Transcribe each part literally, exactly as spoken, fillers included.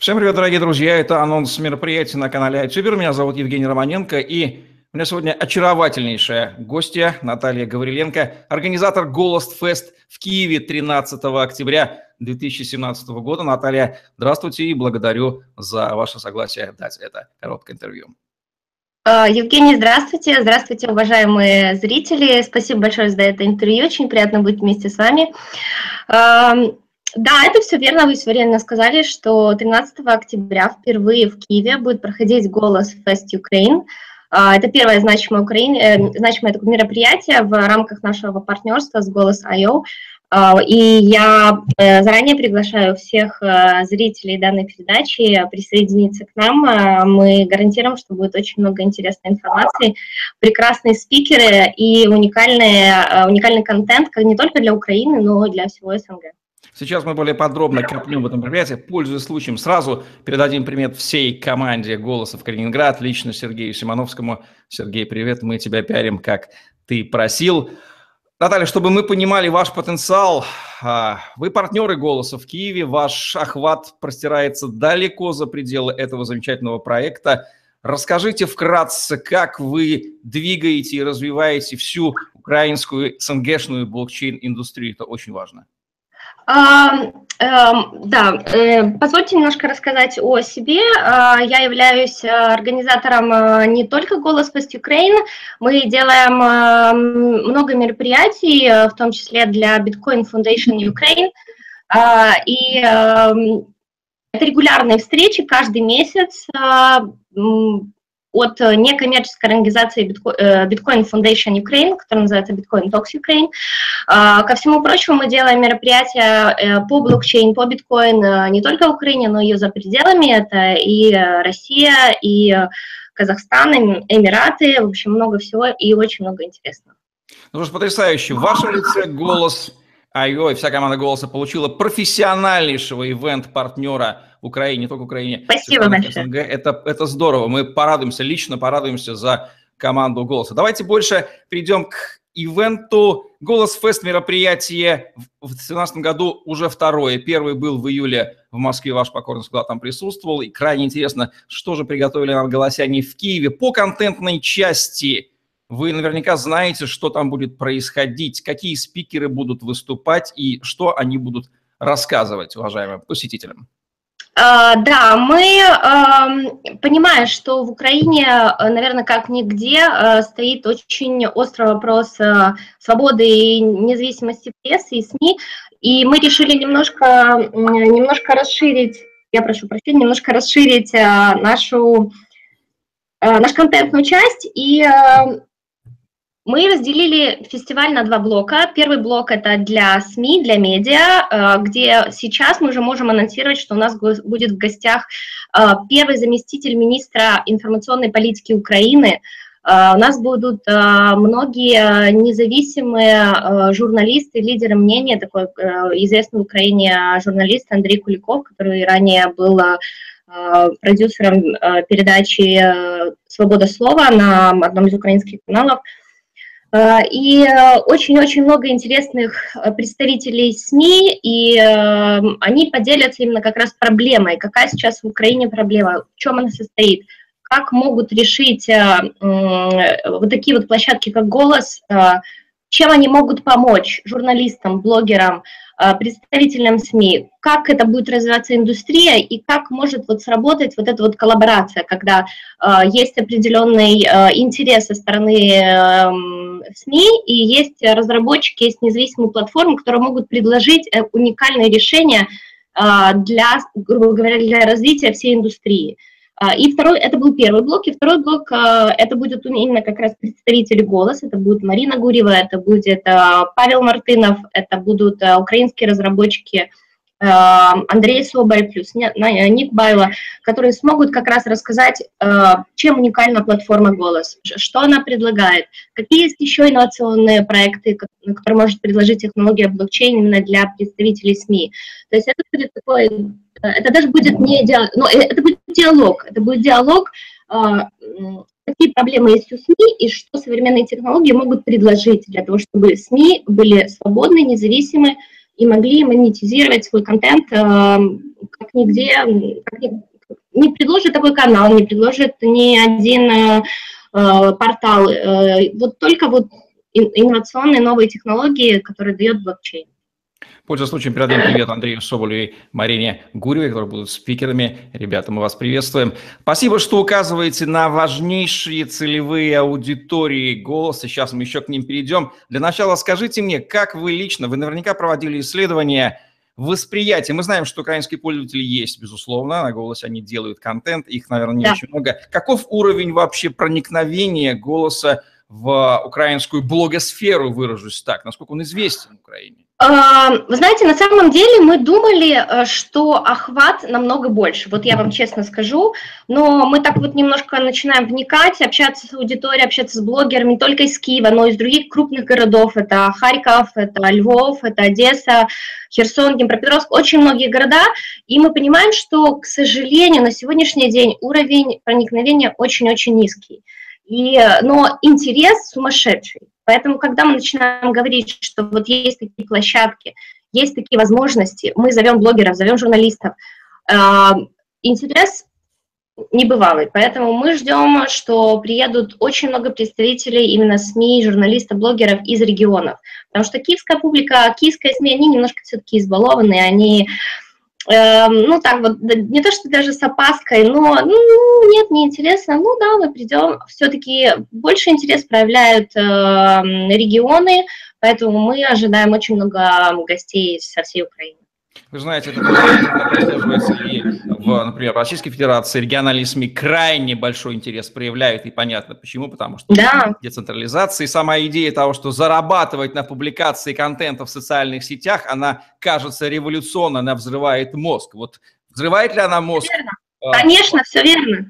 Всем привет, дорогие друзья! Это анонс мероприятия на канале iTuber. Меня зовут Евгений Романенко, и у меня сегодня очаровательнейшая гостья Наталья Гавриленко, организатор Голос Фест в Киеве тринадцатого октября две тысячи семнадцатого года. Наталья, здравствуйте и благодарю за ваше согласие дать это короткое интервью. Евгений, здравствуйте. Здравствуйте, уважаемые зрители. Спасибо большое за это интервью. Очень приятно быть вместе с вами. Да, это все верно, вы все верно сказали, что тринадцатого октября впервые в Киеве будет проходить Голос Фест Ukraine. Это первое значимое, Украине, значимое такое мероприятие в рамках нашего партнерства с Голос точка ай о. И я заранее приглашаю всех зрителей данной передачи присоединиться к нам. Мы гарантируем, что будет очень много интересной информации, прекрасные спикеры и уникальный, уникальный контент не только для Украины, но и для всего СНГ. Сейчас мы более подробно копнем в этом мероприятии. Пользуясь случаем, сразу передадим привет всей команде «Голосов Калининград», лично Сергею Симоновскому. Сергей, привет, мы тебя пиарим, как ты просил. Наталья, чтобы мы понимали ваш потенциал, вы партнеры «Голоса» в Киеве, ваш охват простирается далеко за пределы этого замечательного проекта. Расскажите вкратце, как вы двигаете и развиваете всю украинскую СНГшную блокчейн-индустрию, это очень важно. Uh, uh, да, uh, позвольте немножко рассказать о себе. Uh, я являюсь организатором uh, не только Голос Фест Ukraine, мы делаем uh, много мероприятий, uh, в том числе для Bitcoin Foundation Ukraine, uh, и uh, это регулярные встречи каждый месяц uh, от некоммерческой организации Bitcoin Foundation Ukraine, которая называется Bitcoin Talks Ukraine. Ко всему прочему, мы делаем мероприятия по блокчейн, по биткоин не только в Украине, но и за пределами. Это и Россия, и Казахстан, и Эмираты, в общем, много всего и очень много интересного. Ну что ж, потрясающе. В вашем лице Голос точка ай о и вся команда Голоса получила профессиональнейшего ивент-партнера в Украине, не только в Украине. Спасибо большое. СНГ. Это, это здорово. Мы порадуемся, лично порадуемся за команду Голоса. Давайте больше перейдем к ивенту. Голос Фест мероприятие в две тысячи семнадцатом году уже второе. Первый был в июле в Москве, ваш покорный слуга там присутствовал. И крайне интересно, что же приготовили нам голосяне в Киеве по контентной части. Вы наверняка знаете, что там будет происходить, какие спикеры будут выступать и что они будут рассказывать уважаемым посетителям. Uh, да, мы uh, понимаем, что в Украине, наверное, как нигде, uh, стоит очень острый вопрос uh, свободы и независимости прессы и СМИ, и мы решили немножко, немножко расширить, я прошу прощения, немножко расширить uh, нашу, uh, нашу контентную часть, и uh, мы разделили фестиваль на два блока. Первый блок – это для СМИ, для медиа, где сейчас мы уже можем анонсировать, что у нас будет в гостях первый заместитель министра информационной политики Украины. У нас будут многие независимые журналисты, лидеры мнения, такой известный в Украине журналист Андрей Куликов, который ранее был продюсером передачи «Свобода слова» на одном из украинских каналов. И очень-очень много интересных представителей СМИ, и они поделятся именно как раз проблемой, какая сейчас в Украине проблема, в чем она состоит, как могут решить вот такие вот площадки, как «Голос», чем они могут помочь журналистам, блогерам, представителям СМИ, как это будет развиваться индустрия и как может вот сработать вот эта вот коллаборация, когда э, есть определенный э, интерес со стороны э, СМИ и есть разработчики, есть независимые платформы, которые могут предложить э, уникальные решения э, для, грубо говоря, для развития всей индустрии. И второй, это был первый блок, и второй блок, это будет именно как раз представители «Голоса», это будет Марина Гурьева, это будет Павел Мартынов, это будут украинские разработчики Андрей Соболь плюс Ник Байло, которые смогут как раз рассказать, чем уникальна платформа «Голос», что она предлагает, какие есть еще инновационные проекты, которые может предложить технология блокчейн именно для представителей СМИ. То есть это будет такой... Это даже будет не диалог, но это будет диалог, это будет диалог, какие проблемы есть у СМИ и что современные технологии могут предложить для того, чтобы СМИ были свободны, независимы и могли монетизировать свой контент как нигде, как ни, не предложит такой канал, не предложит ни один портал. Вот только вот инновационные новые технологии, которые дает блокчейн. Пользуясь случаем, передаем привет Андрею Соболю и Марине Гурьевой, которые будут спикерами. Ребята, мы вас приветствуем. Спасибо, что указываете на важнейшие целевые аудитории голоса. Сейчас мы еще к ним перейдем. Для начала скажите мне, как вы лично, вы наверняка проводили исследования восприятия. Мы знаем, что украинские пользователи есть, безусловно, на голосе они делают контент, их, наверное, не да. очень много. Каков уровень вообще проникновения голоса в украинскую блогосферу, выражусь так? Насколько он известен в Украине? Вы знаете, на самом деле мы думали, что охват намного больше, вот я вам честно скажу, но мы так вот немножко начинаем вникать, общаться с аудиторией, общаться с блогерами не только из Киева, но и из других крупных городов, это Харьков, это Львов, это Одесса, Херсон, Днепропетровск, очень многие города, и мы понимаем, что, к сожалению, на сегодняшний день уровень проникновения очень-очень низкий, и, но интерес сумасшедший. Поэтому, когда мы начинаем говорить, что вот есть такие площадки, есть такие возможности, мы зовем блогеров, зовем журналистов, э, интерес небывалый. Поэтому мы ждем, что приедут очень много представителей именно СМИ, журналистов, блогеров из регионов. Потому что киевская публика, киевская СМИ, они немножко все-таки избалованы, они... Ну, так вот, не то, что даже с опаской, но ну, нет, неинтересно. Ну, да, мы придем. Все-таки больше интерес проявляют э, регионы, поэтому мы ожидаем очень много гостей со всей Украины. Вы знаете, это прослеживается и в, например, в Российской Федерации. Региональные СМИ крайне большой интерес проявляют, и понятно почему, потому что да. децентрализация и сама идея того, что зарабатывать на публикации контента в социальных сетях, она кажется революционно, она взрывает мозг. Вот взрывает ли она мозг? Верно. Конечно, все верно.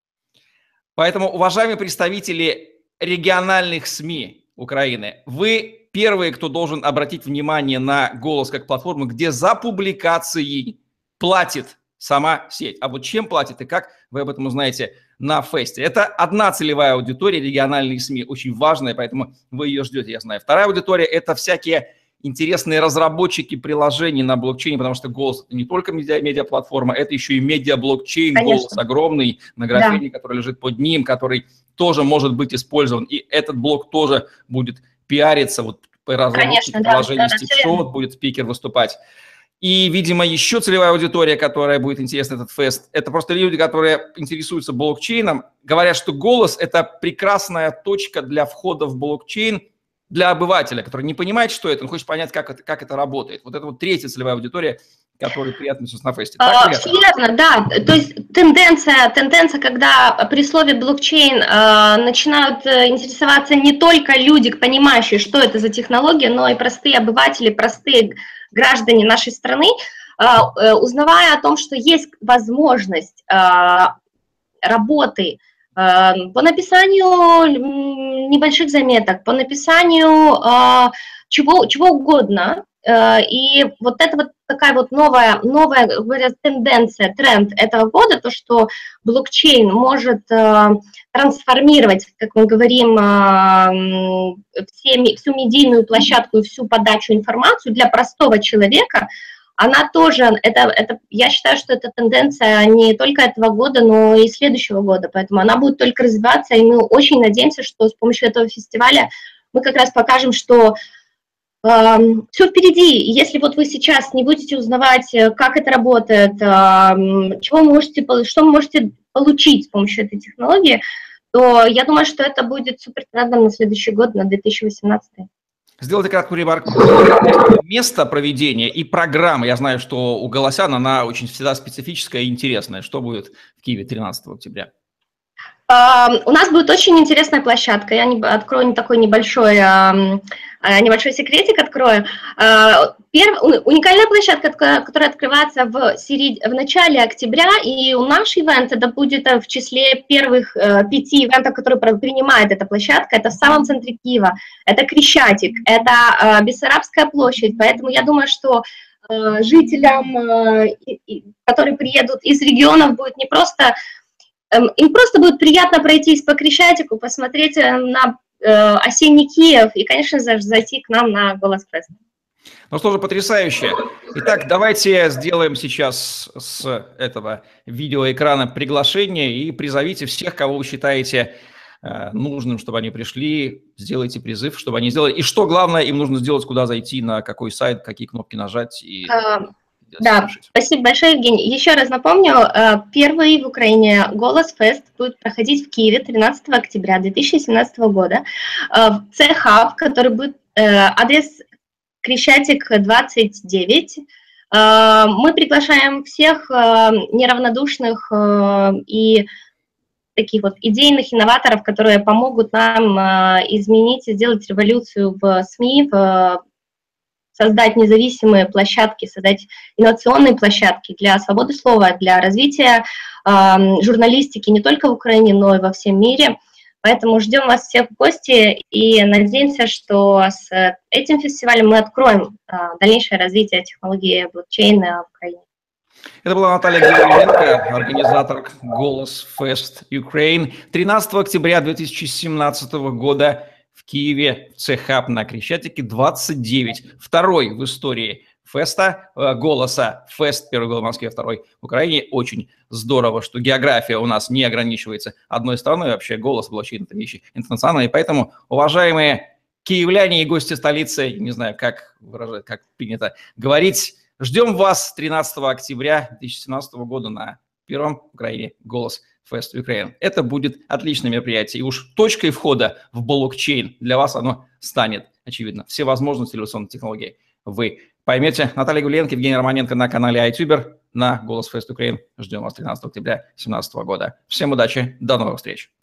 Поэтому, уважаемые представители региональных СМИ Украины, вы первые, кто должен обратить внимание на голос как платформу, где за публикации платит сама сеть. А вот чем платит и как, вы об этом узнаете на фесте. Это одна целевая аудитория, региональные СМИ, очень важная, поэтому вы ее ждете, я знаю. Вторая аудитория – это всякие интересные разработчики приложений на блокчейне, потому что голос – это не только медиа, медиаплатформа, это еще и медиаблокчейн, голос огромный на графене, да. который лежит под ним, который тоже может быть использован, и этот блок тоже будет пиариться, вот по разработке приложений да, Steve Shot будет спикер выступать. И, видимо, еще целевая аудитория, которая будет интересна этот фест, это просто люди, которые интересуются блокчейном, говорят, что голос – это прекрасная точка для входа в блокчейн для обывателя, который не понимает, что это, он хочет понять, как это, как это работает. Вот это вот третья целевая аудитория, которой приятно на фесте. Так, Все верно, да. То есть тенденция, тенденция, когда при слове блокчейн э, начинают интересоваться не только люди, понимающие, что это за технология, но и простые обыватели, простые граждане нашей страны, э, э, узнавая о том, что есть возможность э, работы э, по написанию небольших заметок, по написанию э, чего, чего угодно. И вот это вот такая вот новая, новая говорят, тенденция, тренд этого года, то, что блокчейн может э, трансформировать, как мы говорим, э, все, всю медийную площадку и всю подачу информации для простого человека, она тоже, это, это, я считаю, что это тенденция не только этого года, но и следующего года, поэтому она будет только развиваться, и мы очень надеемся, что с помощью этого фестиваля мы как раз покажем, что все впереди. Если вот вы сейчас не будете узнавать, как это работает, чего вы можете, что вы можете получить с помощью этой технологии, то я думаю, что это будет супер трендом на следующий год, на две тысячи восемнадцатый. Сделайте краткую ремарку. Место проведения и программа. Я знаю, что у Голосян она очень всегда специфическая и интересная. Что будет в Киеве тринадцатого октября? Uh, у нас будет очень интересная площадка. Я не, открою не такой небольшой, uh, uh, небольшой секретик, открою. Uh, перв, уникальная площадка, которая открывается в, серед... в начале октября, и у наш ивент это будет в числе первых uh, пяти ивентов, которые принимает эта площадка. Это в самом центре Киева, это Крещатик, это uh, Бессарабская площадь. Поэтому я думаю, что uh, жителям, uh, и, и, которые приедут из регионов, будет не просто... Им просто будет приятно пройтись по Крещатику, посмотреть на э, осенний Киев и, конечно же, зайти к нам на Голос Фест. Ну что же, потрясающе. Итак, давайте сделаем сейчас с этого видеоэкрана приглашение и призовите всех, кого вы считаете э, нужным, чтобы они пришли. Сделайте призыв, чтобы они сделали. И что главное, им нужно сделать, куда зайти, на какой сайт, какие кнопки нажать и... Да, совершить. Спасибо большое, Евгений. Еще раз напомню, первый в Украине «Голос Фест» будет проходить в Киеве тринадцатого октября две тысячи семнадцатого года в Цехав, который будет адрес Крещатик двадцать девять. Мы приглашаем всех неравнодушных и таких вот идейных инноваторов, которые помогут нам изменить и сделать революцию в СМИ, в создать независимые площадки, создать инновационные площадки для свободы слова, для развития э, журналистики не только в Украине, но и во всем мире. Поэтому ждем вас всех в гости и надеемся, что с этим фестивалем мы откроем э, дальнейшее развитие технологии блокчейн в Украине. Это была Наталья Гавриленко, организатор «Голос Фест Ukraine». тринадцатого октября две тысячи семнадцатого года в Киеве, в Цехаб на Крещатике двадцать девять. Второй в истории феста, э, голоса фест, первый был в Москве, второй в Украине. Очень здорово, что география у нас не ограничивается одной страной. Вообще голос, блокчейн – это вещи интернациональные. Поэтому, уважаемые киевляне и гости столицы, не знаю, как выражать, как принято говорить, ждем вас тринадцатого октября две тысячи семнадцатого года на первом в Украине «Голос Фест Ukraine». Это будет отличное мероприятие. И уж точкой входа в блокчейн для вас оно станет, очевидно. Все возможности революционной технологии вы поймете. Наталья Гавриленко, Евгений Романенко на канале iTuber на «Голос Фест Ukraine». Ждем вас тринадцатого октября две тысячи семнадцатого года. Всем удачи, до новых встреч.